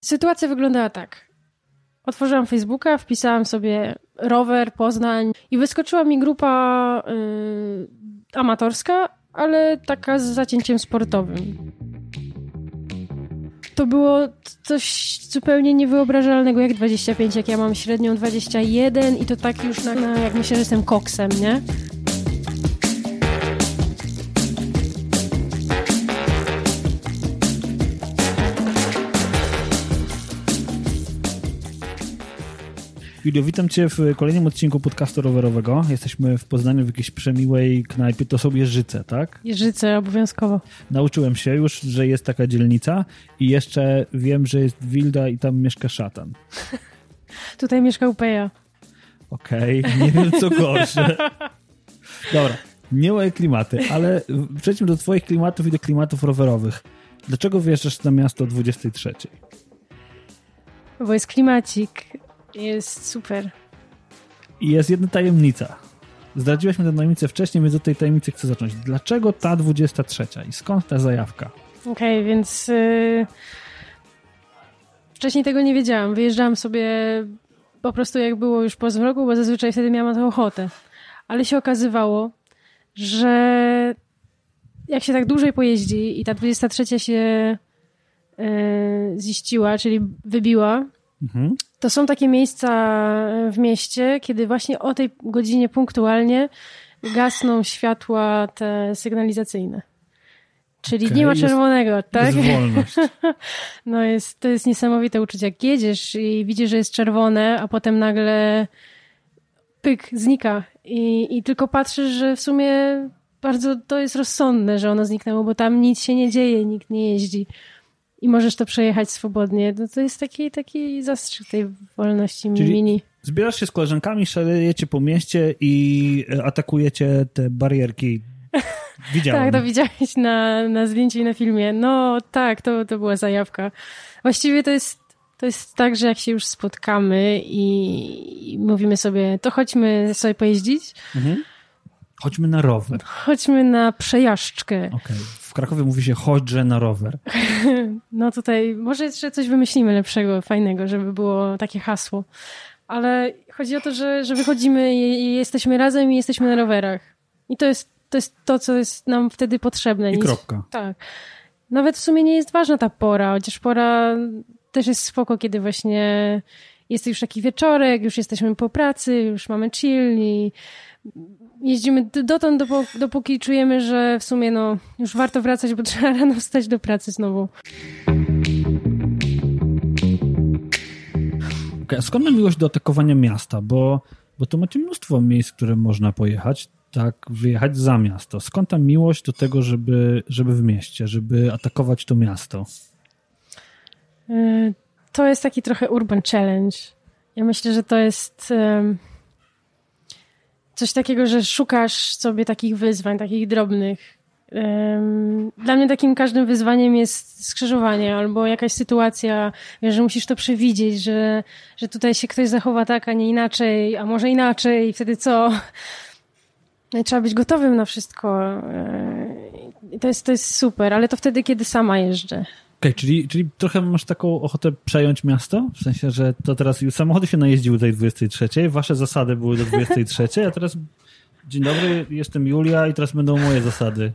Sytuacja wyglądała tak. Otworzyłam Facebooka, wpisałam sobie rower Poznań i wyskoczyła mi grupa amatorska, ale taka z zacięciem sportowym. To było coś zupełnie niewyobrażalnego jak 25, jak ja mam średnią 21 i to tak już jak myślę, że jestem koksem, nie? Julio, witam Cię w kolejnym odcinku podcastu rowerowego. Jesteśmy w Poznaniu w jakiejś przemiłej knajpie. To są Jeżyce, tak? Jeżyce, obowiązkowo. Nauczyłem się już, że jest taka dzielnica i jeszcze wiem, że jest wilda i tam mieszka szatan. Tutaj mieszkał Peja. Okej, nie wiem co gorsze. Dobra, nie moje klimaty, ale przejdźmy do Twoich klimatów i do klimatów rowerowych. Dlaczego wyjeżdżasz na miasto o 23? Bo jest klimacik. Jest super. I jest jedna tajemnica. Zdradziłaś mi tę tajemnicę wcześniej, więc do tej tajemnicy chcę zacząć. Dlaczego ta 23? I skąd ta zajawka? Okej, więc wcześniej tego nie wiedziałam. Wyjeżdżałam sobie po prostu jak było już po zmroku, bo zazwyczaj wtedy miałam na to ochotę. Ale się okazywało, że jak się tak dłużej pojeździ i ta 23 się ziściła, czyli wybiła, to są takie miejsca w mieście, kiedy właśnie o tej godzinie punktualnie gasną światła te sygnalizacyjne. Czyli nie ma czerwonego, tak? Jest wolność. No to jest niesamowite uczucie. Jak jedziesz i widzisz, że jest czerwone, a potem nagle pyk, znika. I tylko patrzysz, że w sumie bardzo to jest rozsądne, że ono zniknęło, bo tam nic się nie dzieje, nikt nie jeździ. I możesz to przejechać swobodnie. No to jest taki zastrzyk tej wolności mini. Zbierasz się z koleżankami, szalejecie po mieście i atakujecie te barierki. Widziałem. Tak, to widziałeś na zdjęciu i na filmie. No tak, to była zajawka. Właściwie to jest tak, że jak się już spotkamy i mówimy sobie, to chodźmy sobie pojeździć. Mhm. Chodźmy na rower. Chodźmy na przejażdżkę. Okej. W Krakowie mówi się chodźże na rower. No tutaj może jeszcze coś wymyślimy lepszego, fajnego, żeby było takie hasło. Ale chodzi o to, że wychodzimy i jesteśmy razem i jesteśmy na rowerach. I to jest to, co jest nam wtedy potrzebne. I kropka. Tak. Nawet w sumie nie jest ważna ta pora, chociaż pora też jest spoko, kiedy właśnie jest już taki wieczorek, już jesteśmy po pracy, już mamy chill i jeździmy dotąd, dopóki czujemy, że w sumie już warto wracać, bo trzeba rano wstać do pracy znowu. Okay, a skąd miłość do atakowania miasta? Bo to macie mnóstwo miejsc, które można pojechać, tak, wyjechać za miasto. Skąd ta miłość do tego, żeby w mieście, żeby atakować to miasto? To jest taki trochę urban challenge. Ja myślę, że to jest coś takiego, że szukasz sobie takich wyzwań, takich drobnych. Dla mnie takim każdym wyzwaniem jest skrzyżowanie albo jakaś sytuacja, wiesz, że musisz to przewidzieć, że tutaj się ktoś zachowa tak, a nie inaczej, a może inaczej i wtedy co? No i trzeba być gotowym na wszystko. To jest super, ale to wtedy, kiedy sama jeżdżę. Okej, czyli trochę masz taką ochotę przejąć miasto? W sensie, że to teraz samochody się najeździły do tej 23, wasze zasady były do 23, a teraz dzień dobry, jestem Julia i teraz będą moje zasady.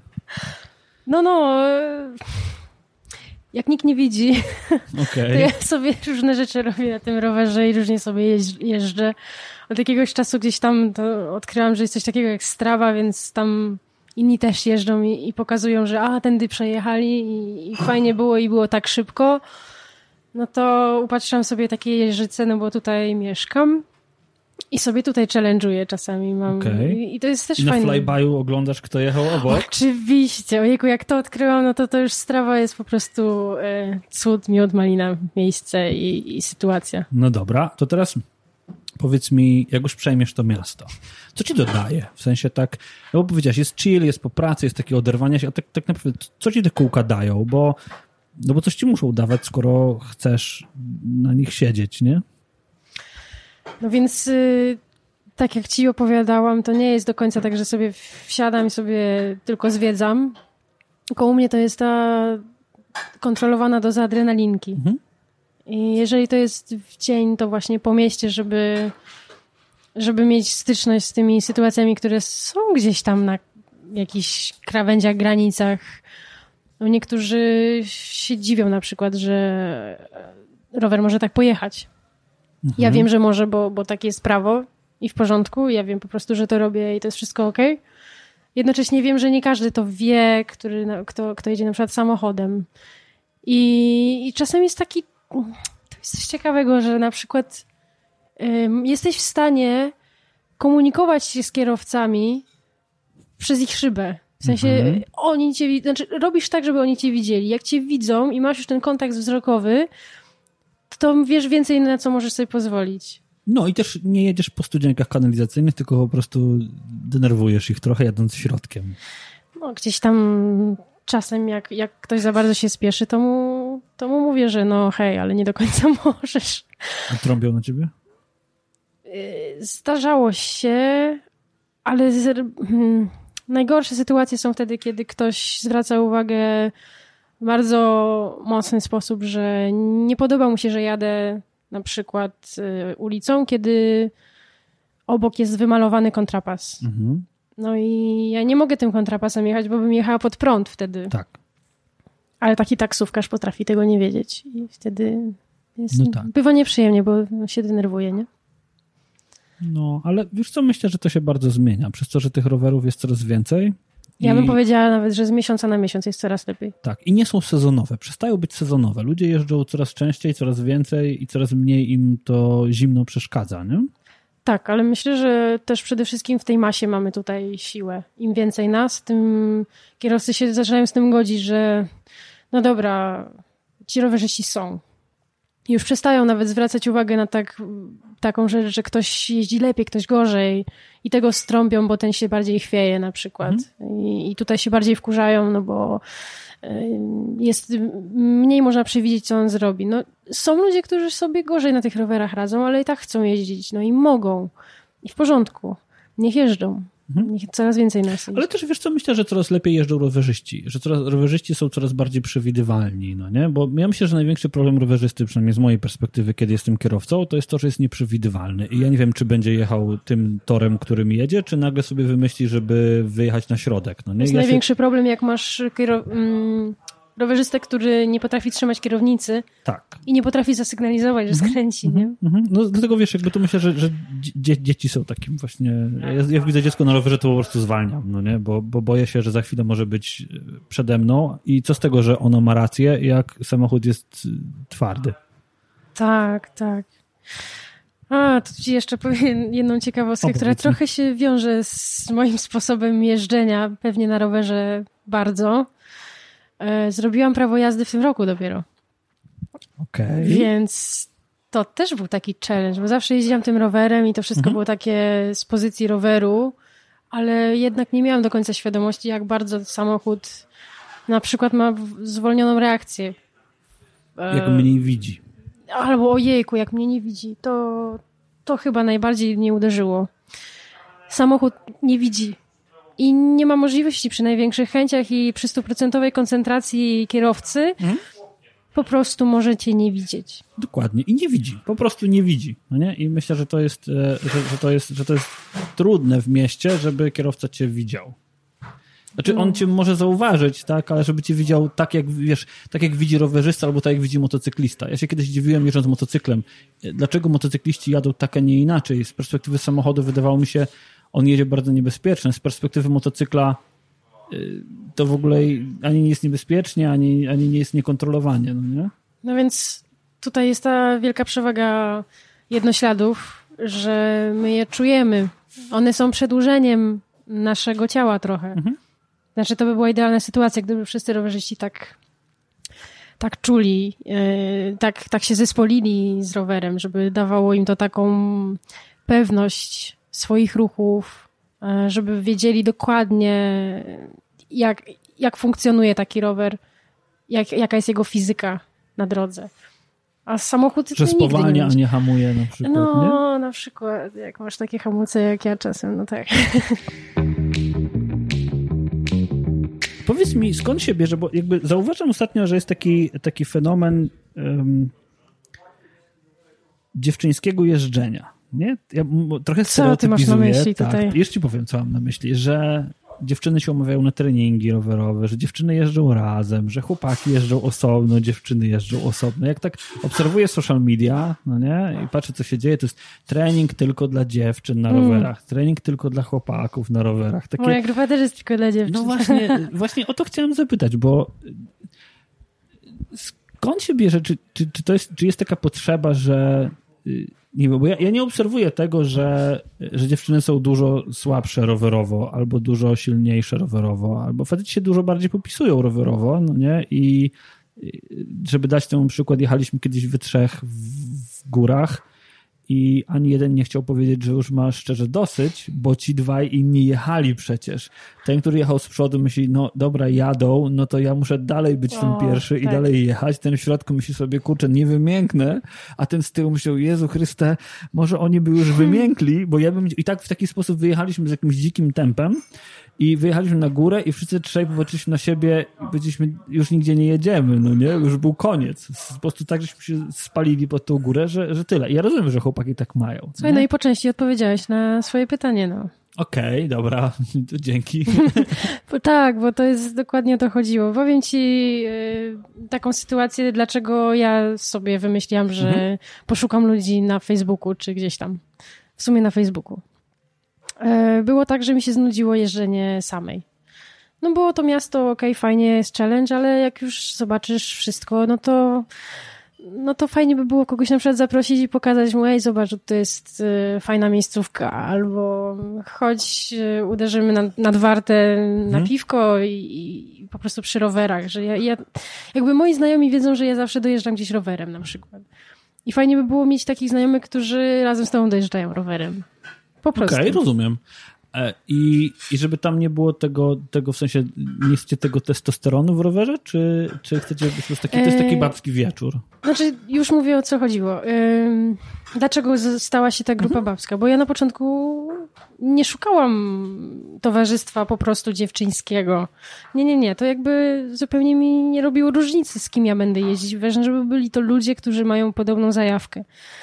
Jak nikt nie widzi, okay, to ja sobie różne rzeczy robię na tym rowerze i różnie sobie jeżdżę. Od jakiegoś czasu gdzieś tam to odkryłam, że jest coś takiego jak Strava, więc tam inni też jeżdżą i pokazują, że tędy przejechali i fajnie było i było tak szybko. No to upatrzyłam sobie takie Jeżyce, no bo tutaj mieszkam i sobie tutaj challenge'uję czasami. I to jest też fajne. Na flyby'u oglądasz, kto jechał obok? Oczywiście. Ojejku, jak to odkryłam, no to już Strava jest po prostu cud, miód, malina, miejsce i sytuacja. No dobra, to teraz powiedz mi, jak już przejmiesz to miasto, co ci dodaje? W sensie tak, no bo powiedziałeś, jest chill, jest po pracy, jest takie oderwanie się, a tak naprawdę, co ci te kółka dają? Bo coś ci muszą dawać, skoro chcesz na nich siedzieć, nie? No więc tak jak ci opowiadałam, to nie jest do końca tak, że sobie wsiadam i sobie tylko zwiedzam, tylko u mnie to jest ta kontrolowana doza adrenalinki. I jeżeli to jest w dzień, to właśnie po mieście, żeby mieć styczność z tymi sytuacjami, które są gdzieś tam na jakichś krawędziach, granicach. No niektórzy się dziwią na przykład, że rower może tak pojechać. Ja wiem, że może, bo takie jest prawo i w porządku. Ja wiem po prostu, że to robię i to jest wszystko okej. Jednocześnie wiem, że nie każdy to wie, kto jedzie na przykład samochodem. I czasem jest to jest coś ciekawego, że na przykład jesteś w stanie komunikować się z kierowcami przez ich szybę. W sensie oni cię, znaczy robisz tak, żeby oni cię widzieli. Jak cię widzą i masz już ten kontakt wzrokowy, to wiesz więcej, na co możesz sobie pozwolić. No i też nie jedziesz po studziankach kanalizacyjnych, tylko po prostu denerwujesz ich trochę jadąc środkiem. No gdzieś tam czasem jak ktoś za bardzo się spieszy, to mu mówię, że no hej, ale nie do końca możesz. A trąbią na ciebie? Zdarzało się, ale najgorsze sytuacje są wtedy, kiedy ktoś zwraca uwagę w bardzo mocny sposób, że nie podoba mu się, że jadę na przykład ulicą, kiedy obok jest wymalowany kontrapas. No i ja nie mogę tym kontrapasem jechać, bo bym jechała pod prąd wtedy. Tak. Ale taki taksówkarz potrafi tego nie wiedzieć. I wtedy tak. bywa nieprzyjemnie, bo się denerwuje, nie? No, ale wiesz co, myślę, że to się bardzo zmienia. Przez to, że tych rowerów jest coraz więcej. Ja bym powiedziała nawet, że z miesiąca na miesiąc jest coraz lepiej. Tak, i nie są sezonowe. Przestają być sezonowe. Ludzie jeżdżą coraz częściej, coraz więcej i coraz mniej im to zimno przeszkadza, nie? Tak, ale myślę, że też przede wszystkim w tej masie mamy tutaj siłę. Im więcej nas, tym kierowcy się zaczynają z tym godzić, że no dobra, ci rowerzyści są. Już przestają nawet zwracać uwagę na taką rzecz, że ktoś jeździ lepiej, ktoś gorzej i tego strąbią, bo ten się bardziej chwieje na przykład. I tutaj się bardziej wkurzają, no bo jest mniej można przewidzieć, co on zrobi. No, są ludzie, którzy sobie gorzej na tych rowerach radzą, ale i tak chcą jeździć. No i mogą. I w porządku. Niech jeżdżą. Niech coraz więcej nas jeździ. Ale też wiesz co, myślę, że coraz lepiej jeżdżą rowerzyści. Że rowerzyści są coraz bardziej przewidywalni, no nie? Bo ja myślę, że największy problem rowerzysty, przynajmniej z mojej perspektywy, kiedy jestem kierowcą, to jest to, że jest nieprzewidywalny. I ja nie wiem, czy będzie jechał tym torem, którym jedzie, czy nagle sobie wymyśli, żeby wyjechać na środek. No nie? To jest największy problem, jak masz rowerzystę, który nie potrafi trzymać kierownicy i nie potrafi zasygnalizować, że skręci, nie? No dlatego wiesz, jakby to myślę, że dzieci są takim właśnie... Ja widzę dziecko na rowerze, to po prostu zwalniam, no nie? Bo boję się, że za chwilę może być przede mną i co z tego, że ono ma rację, jak samochód jest twardy. Tak. A, to ci jeszcze powiem jedną ciekawostkę, która trochę się wiąże z moim sposobem jeżdżenia, pewnie na rowerze bardzo. Zrobiłam prawo jazdy w tym roku dopiero. Okej. Więc to też był taki challenge, bo zawsze jeździłam tym rowerem i to wszystko było takie z pozycji roweru, ale jednak nie miałam do końca świadomości, jak bardzo samochód na przykład ma zwolnioną reakcję. Jak mnie widzi. Albo ojejku, jak mnie nie widzi. To chyba najbardziej mnie uderzyło. Samochód nie widzi. I nie ma możliwości przy największych chęciach i przy 100% koncentracji kierowcy po prostu możecie nie widzieć. Dokładnie. I nie widzi. Po prostu nie widzi. No nie? I myślę, że to jest, że to jest trudne w mieście, żeby kierowca cię widział. Znaczy on cię może zauważyć, tak, ale żeby cię widział tak jak, wiesz, tak jak widzi rowerzysta albo tak jak widzi motocyklista. Ja się kiedyś dziwiłem jeżdżąc motocyklem. Dlaczego motocykliści jadą tak, a nie inaczej? Z perspektywy samochodu wydawało mi się, on jedzie bardzo niebezpiecznie. Z perspektywy motocykla to w ogóle ani nie jest niebezpiecznie, ani nie jest niekontrolowanie. No, nie? No więc tutaj jest ta wielka przewaga jednośladów, że my je czujemy. One są przedłużeniem naszego ciała trochę. Znaczy to by była idealna sytuacja, gdyby wszyscy rowerzyści tak czuli, tak się zespolili z rowerem, żeby dawało im to taką pewność swoich ruchów, żeby wiedzieli dokładnie, jak funkcjonuje taki rower, jaka jest jego fizyka na drodze. A samochód że spowalnia, a nie hamuje na przykład, no, nie? na przykład, jak masz takie hamulce jak ja czasem, no tak. Powiedz mi, skąd się bierze, bo jakby zauważam ostatnio, że jest taki fenomen dziewczyńskiego jeżdżenia. Nie? Ja trochę Co ty masz na myśli tutaj? Już ci powiem, co mam na myśli, że dziewczyny się umawiają na treningi rowerowe, że dziewczyny jeżdżą razem, że chłopaki jeżdżą osobno, dziewczyny jeżdżą osobno. Jak tak obserwuję social media, no nie, i patrzę, co się dzieje, to jest trening tylko dla dziewczyn na rowerach, trening tylko dla chłopaków na rowerach. Takie... Moja grupa też jest tylko dla dziewczyn. No właśnie o to chciałem zapytać, bo skąd się bierze, czy jest taka potrzeba, że nie wiem, bo ja nie obserwuję tego, że dziewczyny są dużo słabsze rowerowo, albo dużo silniejsze rowerowo, albo faceci się dużo bardziej popisują rowerowo, no nie? I żeby dać temu przykład, jechaliśmy kiedyś we trzech w górach i ani jeden nie chciał powiedzieć, że już ma szczerze dosyć, bo ci dwaj inni jechali przecież. Ten, który jechał z przodu, myśli, no dobra, jadą, no to ja muszę dalej być ten pierwszy i dalej jechać. Ten w środku myśli sobie, kurczę, nie wymięknę, a ten z tyłu myślał, Jezu Chryste, może oni by już wymiękli, bo ja bym... I tak w taki sposób wyjechaliśmy z jakimś dzikim tempem i wyjechaliśmy na górę i wszyscy trzej popatrzyliśmy na siebie i powiedzieliśmy, już nigdzie nie jedziemy, no nie? Już był koniec. Po prostu tak, żeśmy się spalili pod tą górę, że tyle. I ja rozumiem, że chłopaki tak mają. Słuchaj, no i po części odpowiedziałeś na swoje pytanie, no. Okej, dobra, to dzięki. Tak, bo to jest dokładnie o to chodziło. Powiem ci taką sytuację, dlaczego ja sobie wymyśliłam, że poszukam ludzi na Facebooku, czy gdzieś tam. W sumie na Facebooku. Było tak, że mi się znudziło jeżdżenie samej. No było to miasto, okej, fajnie, jest challenge, ale jak już zobaczysz wszystko, no to fajnie by było kogoś na przykład zaprosić i pokazać mu, ej, zobacz, to jest fajna miejscówka, albo chodź, uderzymy nad wartę na piwko i po prostu przy rowerach, że ja jakby moi znajomi wiedzą, że ja zawsze dojeżdżam gdzieś rowerem na przykład. I fajnie by było mieć takich znajomych, którzy razem z tobą dojeżdżają rowerem. Po prostu. Okej, rozumiem. I żeby tam nie było tego w sensie, nie chcecie tego testosteronu w rowerze, czy chcecie po prostu to jest taki babski wieczór? Znaczy, już mówię, o co chodziło. Dlaczego stała się ta grupa babska? Bo ja na początku nie szukałam towarzystwa po prostu dziewczyńskiego. Nie. To jakby zupełnie mi nie robiło różnicy, z kim ja będę jeździć. Ważne, żeby byli to ludzie, którzy mają podobną zajawkę.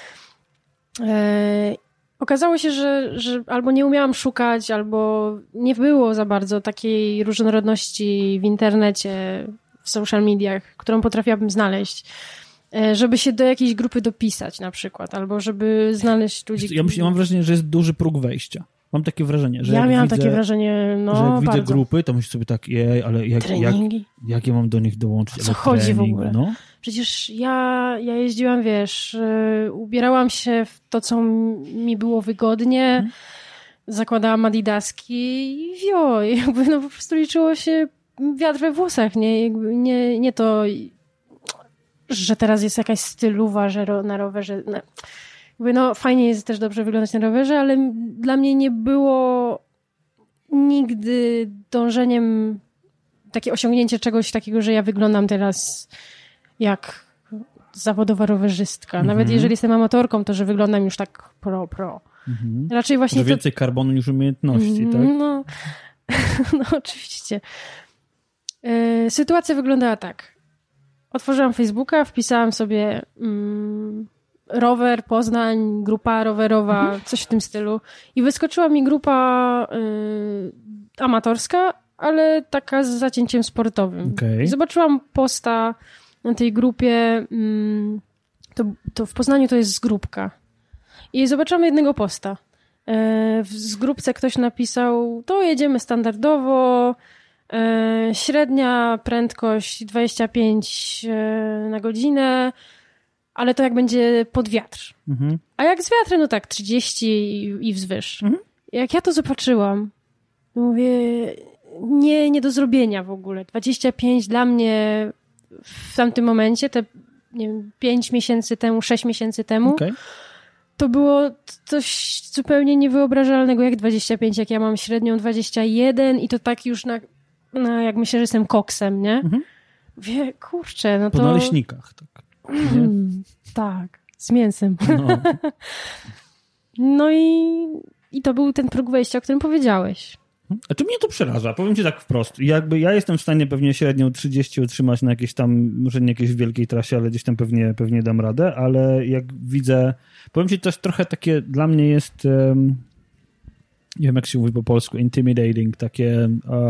Okazało się, że albo nie umiałam szukać, albo nie było za bardzo takiej różnorodności w internecie, w social mediach, którą potrafiłabym znaleźć, żeby się do jakiejś grupy dopisać na przykład, albo żeby znaleźć ludzi... Ja mam wrażenie, że jest duży próg wejścia. Mam takie wrażenie, że ja miałam takie wrażenie, że jak bardzo. widzę grupy, to myślę sobie tak, ale jak ja mam do nich dołączyć? O co chodzi trening, w ogóle? No? Przecież ja jeździłam, wiesz, ubierałam się w to, co mi było wygodnie, zakładałam adidaski i jakby po prostu liczyło się wiatr we włosach, nie? Jakby nie to, że teraz jest jakaś stylowa, że na rowerze... Jakby fajnie jest też dobrze wyglądać na rowerze, ale dla mnie nie było nigdy dążeniem takie osiągnięcie czegoś takiego, że ja wyglądam teraz jak zawodowa rowerzystka. Nawet jeżeli jestem amatorką, to że wyglądam już tak pro. Raczej właśnie że więcej karbonu niż umiejętności, tak? No oczywiście. Sytuacja wyglądała tak. Otworzyłam Facebooka, wpisałam sobie rower Poznań, grupa rowerowa, coś w tym stylu. I wyskoczyła mi grupa amatorska, ale taka z zacięciem sportowym. Okay. I zobaczyłam posta na tej grupie, to w Poznaniu to jest Zgrupka. I zobaczyłam jednego posta. W Zgrupce ktoś napisał, to jedziemy standardowo, średnia prędkość 25 na godzinę, ale to jak będzie pod wiatr. A jak z wiatrem, no tak, 30 i wzwyż. Jak ja to zobaczyłam, mówię, nie do zrobienia w ogóle. 25 dla mnie w tamtym momencie, te nie wiem, 5 miesięcy temu, 6 miesięcy temu, to było coś zupełnie niewyobrażalnego jak 25, jak ja mam średnią 21 i to tak już jak myślę, że jestem koksem, nie? Wie, kurczę, no to... Po naleśnikach, tak. Tak, z mięsem. No i to był ten próg wejścia, o którym powiedziałeś. Znaczy mnie to przeraża, powiem ci tak wprost. Jakby ja jestem w stanie pewnie średnią 30 utrzymać na jakiejś tam, może nie jakiejś wielkiej trasie, ale gdzieś tam pewnie dam radę, ale jak widzę, powiem ci, to jest trochę takie, dla mnie jest, nie wiem jak się mówi po polsku, intimidating, takie...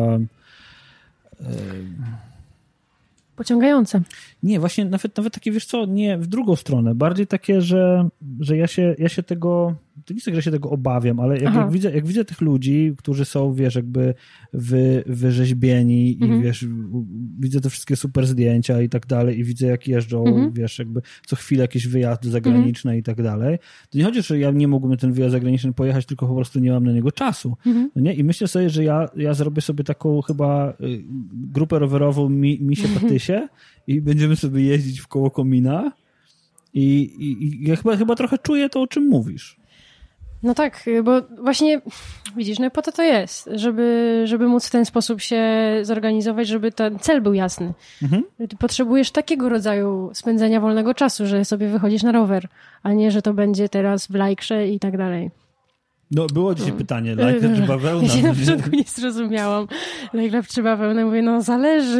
Pociągające. Nie, właśnie nawet takie, wiesz co, nie w drugą stronę. Bardziej takie, że ja się tego, to nie jest tak, że się tego obawiam, ale jak widzę tych ludzi, którzy są, wiesz, jakby wyrzeźbieni i wiesz, widzę te wszystkie super zdjęcia i tak dalej i widzę jak jeżdżą, wiesz, jakby co chwilę jakieś wyjazdy zagraniczne i tak dalej, to nie chodzi, że ja nie mógłbym ten wyjazd zagraniczny pojechać, tylko po prostu nie mam na niego czasu. No nie? I myślę sobie, że ja zrobię sobie taką chyba grupę rowerową Misie Patysie i będziemy sobie jeździć w koło komina i ja chyba trochę czuję to, o czym mówisz. No tak, bo właśnie widzisz, no i po to jest, żeby móc w ten sposób się zorganizować, żeby ten cel był jasny. Ty potrzebujesz takiego rodzaju spędzenia wolnego czasu, że sobie wychodzisz na rower, a nie, że to będzie teraz w Lajkrze i tak dalej. No, było dzisiaj pytanie, Lajkra czy bawełna? Ja się na początku nie zrozumiałam. Lajkra czy bawełna? Mówię, no zależy.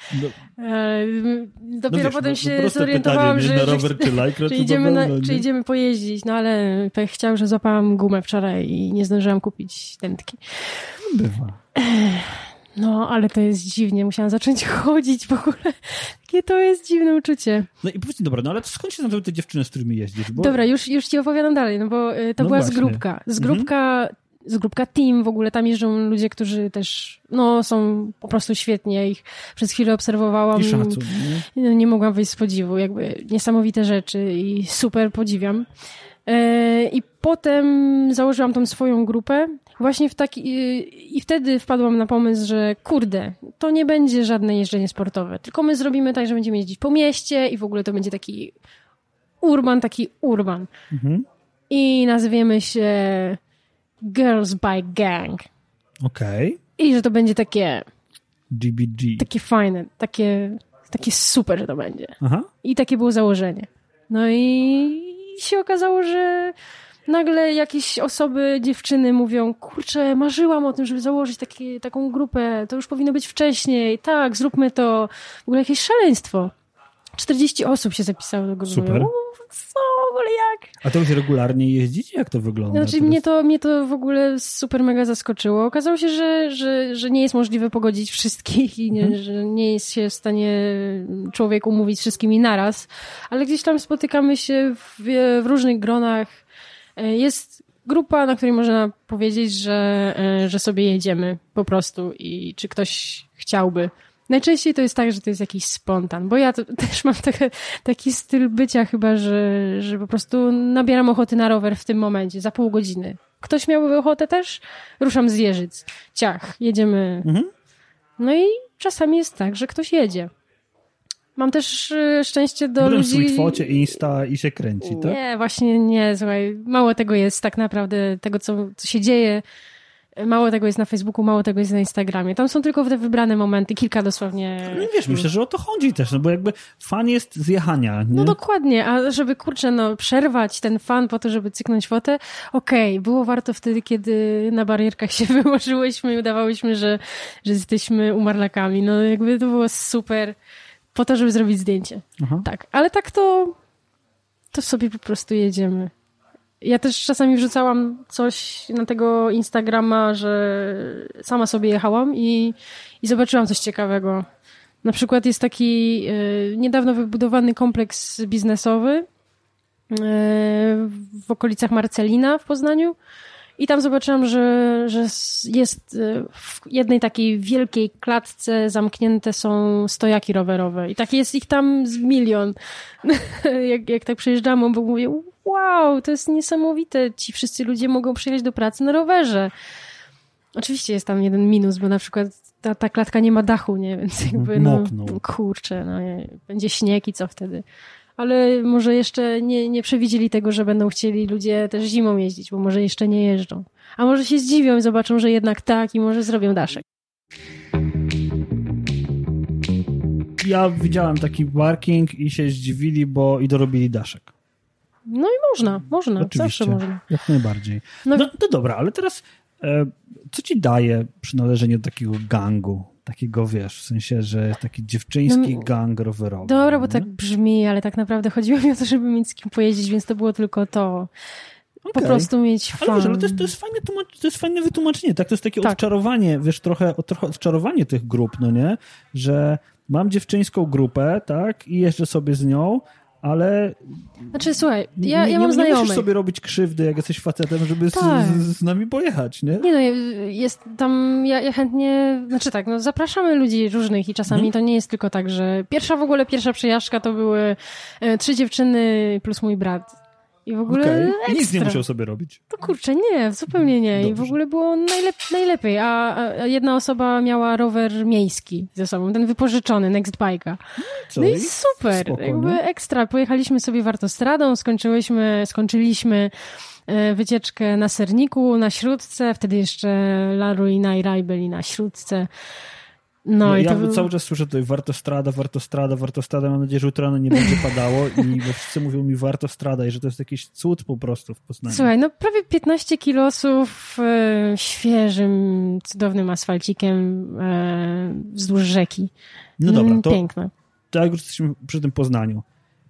Dopiero potem się zorientowałam, pytanie, że, na rower, czy Lajkra, czy idziemy pojeździć. No ale pech chciał, że złapałam gumę wczoraj i nie zdążyłam kupić tętki. Bywa. No, ale to jest dziwnie. Musiałam zacząć chodzić w ogóle. Takie to jest dziwne uczucie. No i powiedz mi, dobra, no ale skąd się znajdują te dziewczyny, z którymi jeździsz? Bo... Dobra, już ci opowiadam dalej, no bo to była zgrupka. Zgrupka team w ogóle. Tam jeżdżą ludzie, którzy też są po prostu świetnie. Ja ich przez chwilę obserwowałam. I szacun. Nie mogłam wyjść z podziwu. Jakby niesamowite rzeczy i super podziwiam. I potem założyłam tą swoją grupę właśnie i wtedy wpadłam na pomysł, że kurde, to nie będzie żadne jeżdżenie sportowe, tylko my zrobimy tak, że będziemy jeździć po mieście i w ogóle to będzie taki urban. I nazwiemy się Girls Bike Gang. Okej. I że to będzie takie GBG. Takie fajne, takie super, że to będzie. Aha. I takie było założenie. No i się okazało, że nagle jakieś osoby, dziewczyny mówią, kurczę, marzyłam o tym, żeby założyć taką grupę, to już powinno być wcześniej, tak, zróbmy to. W ogóle jakieś szaleństwo. 40 osób się zapisało do grupy. Super. Mówię, co w ogóle jak? A to już regularnie jeździcie? Jak to wygląda? Znaczy mnie to w ogóle super mega zaskoczyło. Okazało się, że nie jest możliwe pogodzić wszystkich i że nie jest się w stanie człowiek umówić wszystkimi naraz, ale gdzieś tam spotykamy się w różnych gronach. Jest grupa, na której można powiedzieć, że sobie jedziemy po prostu i czy ktoś chciałby. Najczęściej to jest tak, że to jest jakiś spontan, bo ja też mam taki styl bycia chyba, że po prostu nabieram ochoty na rower w tym momencie, za pół godziny. Ktoś miałby ochotę też? Ruszam z Jeżyc. Ciach, jedziemy. No i czasami jest tak, że ktoś jedzie. Mam też szczęście do ludzi... w Sweetfocie, Insta i się kręci, tak? Nie, właśnie nie, słuchaj. Mało tego jest tak naprawdę, tego co się dzieje. Mało tego jest na Facebooku, mało tego jest na Instagramie. Tam są tylko te wybrane momenty, kilka dosłownie. No wiesz, myślę, że o to chodzi też, no bo jakby fan jest z jechania, nie? No dokładnie, a żeby przerwać ten fan po to, żeby cyknąć fotę, okej, było warto wtedy, kiedy na barierkach się wyłożyłyśmy i udawałyśmy, że jesteśmy umarlakami. No jakby to było super po to, żeby zrobić zdjęcie. Aha. Tak, ale tak to sobie po prostu jedziemy. Ja też czasami wrzucałam coś na tego Instagrama, że sama sobie jechałam i zobaczyłam coś ciekawego. Na przykład jest taki niedawno wybudowany kompleks biznesowy w okolicach Marcelina w Poznaniu i tam zobaczyłam, że jest w jednej takiej wielkiej klatce zamknięte są stojaki rowerowe i tak jest ich tam z milion. jak tak przejeżdżam, bo mówię, wow, to jest niesamowite. Ci wszyscy ludzie mogą przyjechać do pracy na rowerze. Oczywiście jest tam jeden minus, bo na przykład ta klatka nie ma dachu, nie? Więc jakby kurczę, będzie śnieg i co wtedy? Ale może jeszcze nie przewidzieli tego, że będą chcieli ludzie też zimą jeździć, bo może jeszcze nie jeżdżą. A może się zdziwią i zobaczą, że jednak tak i może zrobią daszek. Ja widziałem taki parking i się zdziwili, i dorobili daszek. No i można, oczywiście, zawsze można. Jak najbardziej. No dobra, ale teraz Co ci daje przynależenie do takiego gangu? Takiego, wiesz, w sensie, że taki dziewczyński gang rowerowy. Dobra, bo tak brzmi, ale tak naprawdę chodziło mi o to, żeby mieć z kim pojeździć, więc to było tylko to. Po prostu mieć fan. Ale wiesz, ale to jest fajne to jest fajne wytłumaczenie, tak? To jest takie odczarowanie, wiesz, trochę odczarowanie tych grup, no nie? Że mam dziewczyńską grupę, tak? I jeżdżę sobie z nią, ale... Znaczy, słuchaj, ja mam znajomych. Nie musisz sobie robić krzywdy, jak jesteś facetem, żeby z nami pojechać, nie? Nie no, jest tam, ja chętnie, znaczy tak, no zapraszamy ludzi różnych i czasami to nie jest tylko tak, że pierwsza przejażdżka to były 3 dziewczyny plus mój brat. I w ogóle ekstra. Nic nie musiał sobie robić. To kurczę, nie, zupełnie nie. Dobrze. I w ogóle było najlepiej. A jedna osoba miała rower miejski ze sobą, ten wypożyczony, Nextbike'a. No i super, spoko, jakby ekstra. Pojechaliśmy sobie wartostradą, skończyliśmy wycieczkę na Serniku, na Śródce, wtedy jeszcze Laru i Najraj byli na Śródce. No i ja cały czas słyszę tutaj wartostrada. Mam nadzieję, że jutro rano nie będzie padało bo wszyscy mówią mi wartostrada i że to jest jakiś cud po prostu w Poznaniu. Słuchaj, no prawie 15 kilosów świeżym, cudownym asfalcikiem wzdłuż rzeki. No dobra, to piękne. Tak, już jesteśmy przy tym Poznaniu.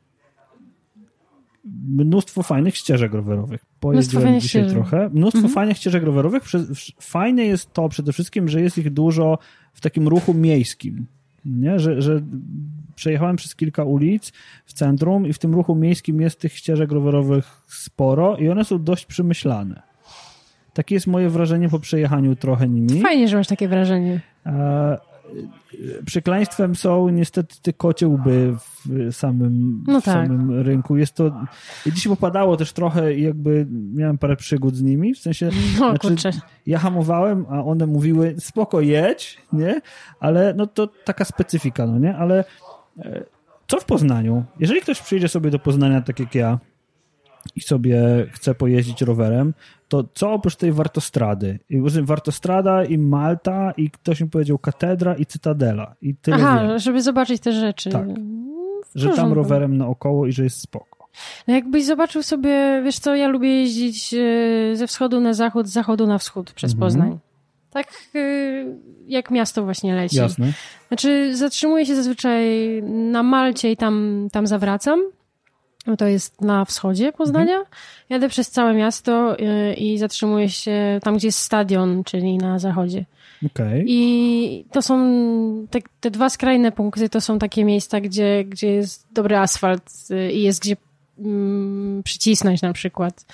Mnóstwo fajnych ścieżek rowerowych. Pojeździłem dzisiaj trochę. Mnóstwo fajnych ścieżek rowerowych. Fajne jest to przede wszystkim, że jest ich dużo w takim ruchu miejskim. Nie? Że przejechałem przez kilka ulic w centrum i w tym ruchu miejskim jest tych ścieżek rowerowych sporo i one są dość przemyślane. Takie jest moje wrażenie po przejechaniu trochę nimi. Fajnie, że masz takie wrażenie. Przekleństwem są niestety te kocie łby w samym rynku. Jest to... Dzisiaj popadało też trochę i jakby miałem parę przygód z nimi, w sensie ja hamowałem, a one mówiły spoko jedź, nie? Ale no to taka specyfika, no nie? Ale co w Poznaniu? Jeżeli ktoś przyjdzie sobie do Poznania tak jak ja i sobie chce pojeździć rowerem, to co oprócz tej wartostrady? Wartostrada i Malta i ktoś mi powiedział Katedra i Cytadela. I tyle wiem. Żeby zobaczyć te rzeczy. Tak. Że tam rowerem naokoło i że jest spoko. No jakbyś zobaczył sobie, wiesz co, ja lubię jeździć ze wschodu na zachód, z zachodu na wschód przez Poznań. Tak jak miasto właśnie leci. Jasne. Znaczy zatrzymuję się zazwyczaj na Malcie i tam zawracam. To jest na wschodzie Poznania. Jadę przez całe miasto i zatrzymuję się tam, gdzie jest stadion, czyli na zachodzie. Okay. I to są te dwa skrajne punkty, to są takie miejsca, gdzie jest dobry asfalt i jest gdzie przycisnąć na przykład.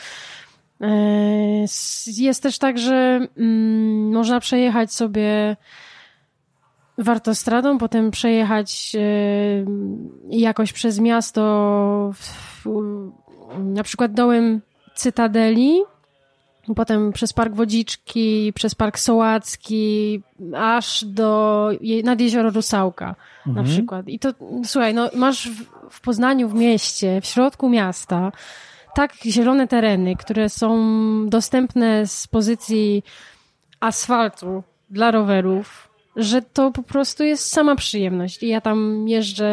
Jest też tak, że można przejechać sobie wartostradą, potem przejechać jakoś przez miasto, na przykład dołem Cytadeli, potem przez Park Wodziczki, przez Park Sołacki, aż nad jezioro Rusałka na przykład. I to, słuchaj, no masz w Poznaniu, w mieście, w środku miasta tak zielone tereny, które są dostępne z pozycji asfaltu dla rowerów, że to po prostu jest sama przyjemność. I ja tam jeżdżę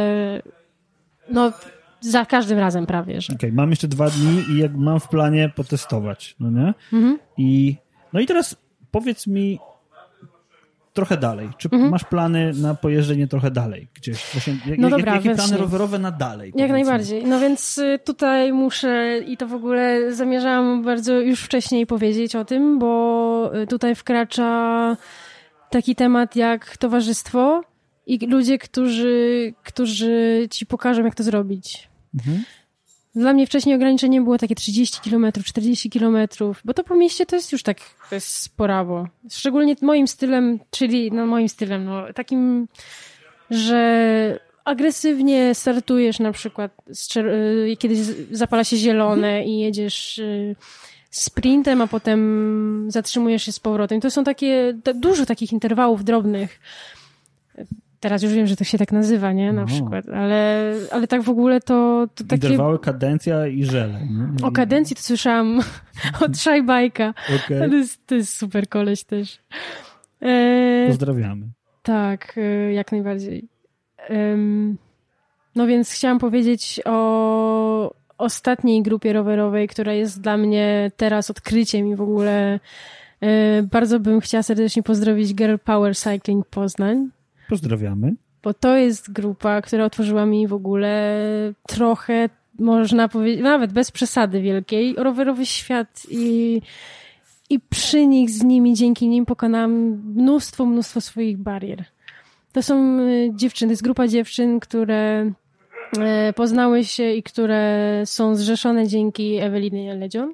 za każdym razem prawie. Okej, mam jeszcze 2 dni i jak mam w planie potestować, no nie? I teraz powiedz mi trochę dalej. Czy masz plany na pojeżdżenie trochę dalej gdzieś? Właśnie, jakie plany rowerowe na dalej? Jak najbardziej. No więc tutaj muszę i to w ogóle zamierzałam bardzo już wcześniej powiedzieć o tym, bo tutaj wkracza taki temat jak towarzystwo i ludzie, którzy ci pokażą, jak to zrobić. Dla mnie wcześniej ograniczenie było takie 30 km, 40 km, bo to po mieście to jest już tak, to jest sporawo. Szczególnie moim stylem, takim, że agresywnie startujesz na przykład, kiedy zapala się zielone i jedziesz sprintem, a potem zatrzymujesz się z powrotem. To są dużo takich interwałów drobnych. Teraz już wiem, że to się tak nazywa, nie? Na przykład. Ale tak w ogóle to takie... Interwały, kadencja i żele. O kadencji to słyszałam od Szajbajka. Okay. To jest super koleś też. Pozdrawiamy. Tak, jak najbardziej. No więc chciałam powiedzieć o ostatniej grupie rowerowej, która jest dla mnie teraz odkryciem i w ogóle Bardzo bym chciała serdecznie pozdrowić Girl Power Cycling Poznań. Pozdrawiamy. Bo to jest grupa, która otworzyła mi w ogóle trochę, można powiedzieć, nawet bez przesady wielkiej, rowerowy świat i przy nich, z nimi, dzięki nim pokonałam mnóstwo swoich barier. To są dziewczyny, to jest grupa dziewczyn, które poznały się i które są zrzeszone dzięki Ewelinie Ledzion.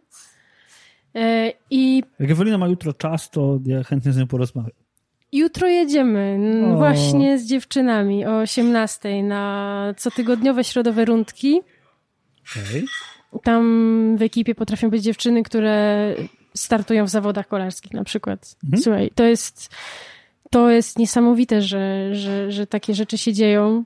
Jak Ewelina ma jutro czas, to ja chętnie z nią porozmawiam. Jutro jedziemy właśnie z dziewczynami o 18:00 na cotygodniowe środowe rundki. Okay. Tam w ekipie potrafią być dziewczyny, które startują w zawodach kolarskich na przykład. Słuchaj, to jest niesamowite, że takie rzeczy się dzieją.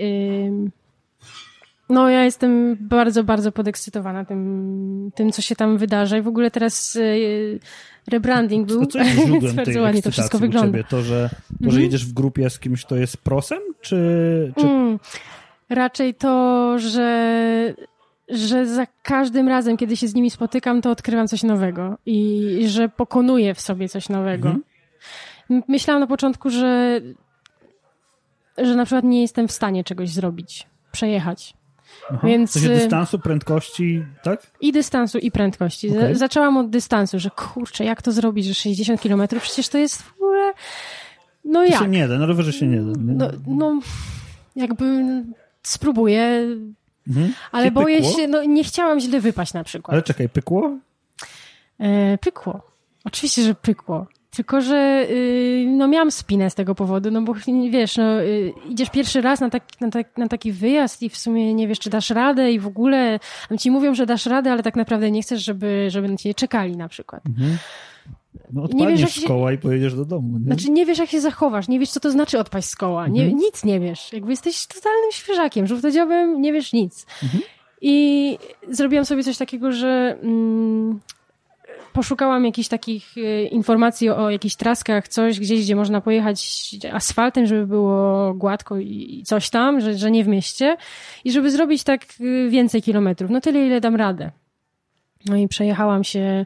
No ja jestem bardzo podekscytowana tym, co się tam wydarza i w ogóle teraz rebranding był. Co jest źródłem tej bardzo ładnie to wszystko wygląda. Ciebie? To, że jedziesz w grupie z kimś, kto jest prosem? Czy... Raczej to, że za każdym razem, kiedy się z nimi spotykam, to odkrywam coś nowego i że pokonuję w sobie coś nowego. Myślałam na początku, że na przykład nie jestem w stanie czegoś zrobić, przejechać. Aha. Więc to się dystansu, prędkości, tak? I dystansu, i prędkości. Okay. Zaczęłam od dystansu, że kurczę, jak to zrobić, że 60 km? Przecież to jest w ogóle... No to jak? się nie da, na rowerze się nie da. Nie? No jakby spróbuję, ale boję się, nie chciałam źle wypaść na przykład. Ale czekaj, pykło? Pykło. Oczywiście, że pykło. Tylko, że miałam spinę z tego powodu, no bo wiesz, idziesz pierwszy raz na taki wyjazd i w sumie nie wiesz, czy dasz radę i w ogóle tam ci mówią, że dasz radę, ale tak naprawdę nie chcesz, żeby na ciebie czekali na przykład. No odpadniesz z koła i pojedziesz do domu. Nie? Znaczy nie wiesz, jak się zachowasz, nie wiesz, co to znaczy odpaść z koła, nic nie wiesz. Jakby jesteś totalnym świeżakiem, żółtodziobem, nie wiesz nic. I zrobiłam sobie coś takiego, że... poszukałam jakichś takich informacji o jakichś traskach, coś gdzieś, gdzie można pojechać asfaltem, żeby było gładko i coś tam, że nie w mieście i żeby zrobić tak więcej kilometrów. No tyle, ile dam radę. No i przejechałam się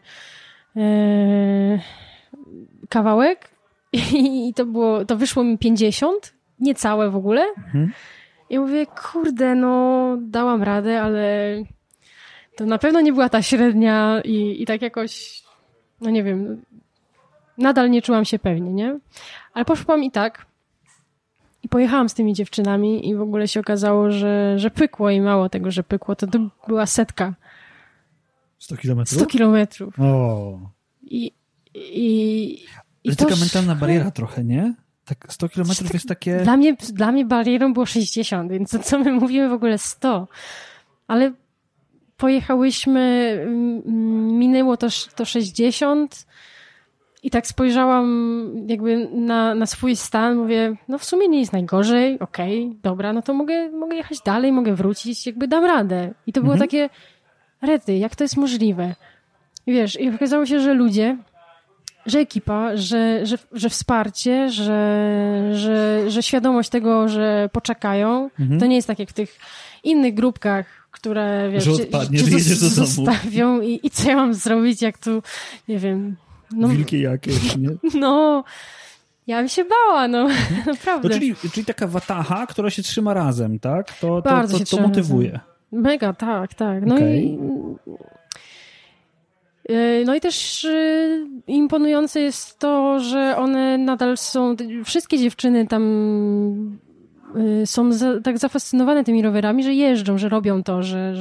kawałek i to wyszło mi 50, niecałe w ogóle. I mówię, kurde, dałam radę, ale... To na pewno nie była ta średnia i tak jakoś, nie wiem, nadal nie czułam się pewnie, nie? Ale poszłam i tak i pojechałam z tymi dziewczynami i w ogóle się okazało, że pykło i mało tego, że pykło, to była 100. 100 kilometrów? 100 kilometrów. O. To jest taka mentalna bariera trochę, nie? Tak 100 kilometrów jest takie... Dla mnie barierą było 60, więc co my mówimy w ogóle 100? Ale pojechałyśmy, minęło to 60 i tak spojrzałam jakby na swój stan, mówię, w sumie nie jest najgorzej, okej, dobra, no to mogę jechać dalej, mogę wrócić, jakby dam radę. I to było takie, rety, jak to jest możliwe? I wiesz, i okazało się, że ludzie, że ekipa, że wsparcie, że świadomość tego, że poczekają, to nie jest tak jak w tych innych grupkach, które, wiesz, że odpadniesz, jedziesz do domu. Zostawią i co ja mam zrobić, jak tu, nie wiem... Wilki jakieś, nie? Ja bym się bała, naprawdę. Czyli taka wataha, która się trzyma razem, tak? To motywuje. Razem. Mega, tak. No i też imponujące jest to, że one nadal są, wszystkie dziewczyny tam są tak zafascynowane tymi rowerami, że jeżdżą, że robią to,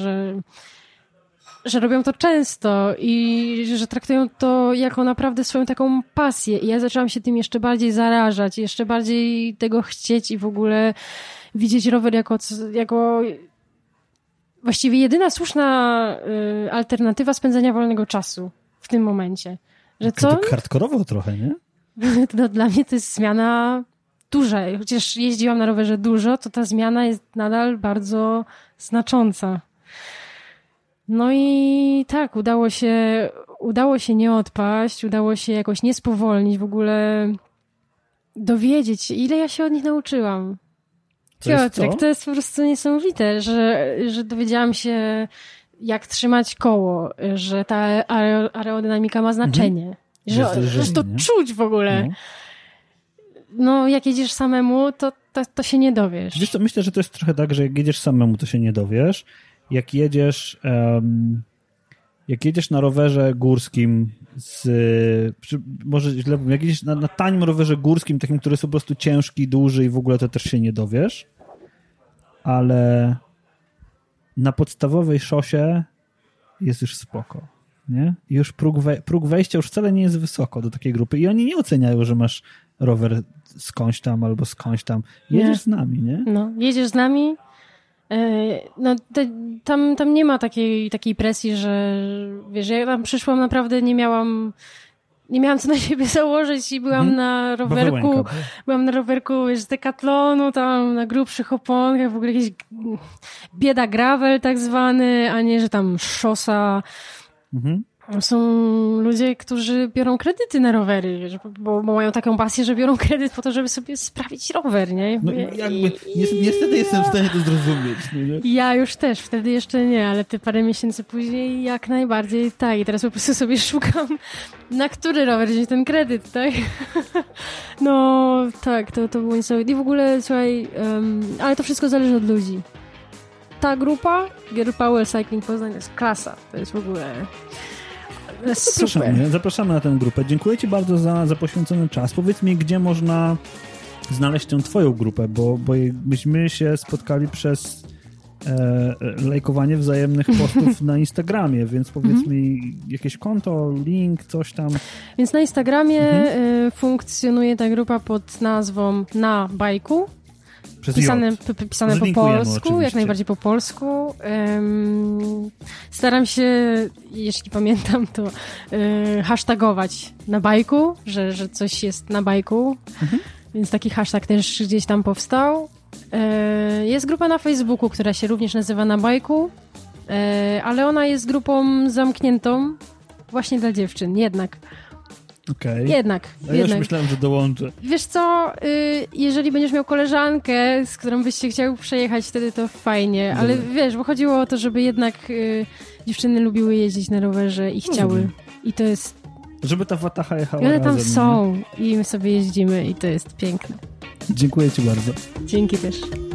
że robią to często i że traktują to jako naprawdę swoją taką pasję. I ja zaczęłam się tym jeszcze bardziej zarażać, jeszcze bardziej tego chcieć i w ogóle widzieć rower jako właściwie jedyna słuszna alternatywa spędzania wolnego czasu w tym momencie. Że co? Tak hardkorowo trochę, nie? Dla mnie to jest zmiana duża. Chociaż jeździłam na rowerze dużo, to ta zmiana jest nadal bardzo znacząca. No i tak, udało się nie odpaść, udało się jakoś nie spowolnić, w ogóle dowiedzieć się, ile ja się od nich nauczyłam. Piotrek, to jest po prostu niesamowite, że dowiedziałam się, jak trzymać koło, że ta aerodynamika ma znaczenie. Że to nie? czuć w ogóle. No, jak jedziesz samemu, to się nie dowiesz. Wiesz co, myślę, że to jest trochę tak, że jak jedziesz samemu, to się nie dowiesz. Jak jedziesz na rowerze górskim może źle powiem, jak jedziesz na tanim rowerze górskim, takim, który jest po prostu ciężki, duży i w ogóle, to też się nie dowiesz. Ale na podstawowej szosie jest już spoko, nie? I już próg wejścia już wcale nie jest wysoko do takiej grupy i oni nie oceniają, że masz rower skądś tam albo skądś tam. Jedziesz z nami, nie? No, jedziesz z nami. No, tam nie ma takiej presji, że wiesz, ja tam przyszłam, naprawdę nie miałam co na siebie założyć i byłam na rowerku, wiesz, z Decathlonu, tam na grubszych oponkach, w ogóle jakiś bieda gravel tak zwany, a nie, że tam szosa. Są ludzie, którzy biorą kredyty na rowery, wiesz, bo mają taką pasję, że biorą kredyt po to, żeby sobie sprawić rower, nie? No jakby, niestety jestem w stanie to zrozumieć. Nie? Ja już też, wtedy jeszcze nie, ale te parę miesięcy później jak najbardziej tak. I teraz po prostu sobie szukam, na który rower wziąć ten kredyt, tak? No tak, to było niesamowite. I w ogóle, słuchaj, ale to wszystko zależy od ludzi. Ta grupa Well Cycling Poznań jest klasa. To jest w ogóle... Zapraszamy na tę grupę. Dziękuję Ci bardzo za poświęcony czas. Powiedz mi, gdzie można znaleźć tę Twoją grupę, bo myśmy się spotkali przez lajkowanie wzajemnych postów na Instagramie, więc powiedz mi jakieś konto, link, coś tam. Więc na Instagramie funkcjonuje ta grupa pod nazwą Na Bajku. Pisane po polsku, oczywiście. Jak najbardziej po polsku. Staram się, jeśli pamiętam, to hashtagować na bajku, że coś jest na bajku. Więc taki hashtag też gdzieś tam powstał. Jest grupa na Facebooku, która się również nazywa Na Bajku, ale ona jest grupą zamkniętą właśnie dla dziewczyn, jednak. Okay. Jednak. Ja już myślałem, że dołączę. Wiesz co, jeżeli będziesz miał koleżankę, z którą byś się chciał przejechać, wtedy to fajnie, ale wiesz, bo chodziło o to, żeby jednak dziewczyny lubiły jeździć na rowerze i chciały. I to jest... Żeby ta watacha jechała I one tam razem, są i my sobie jeździmy i to jest piękne. Dziękuję Ci bardzo. Dzięki też.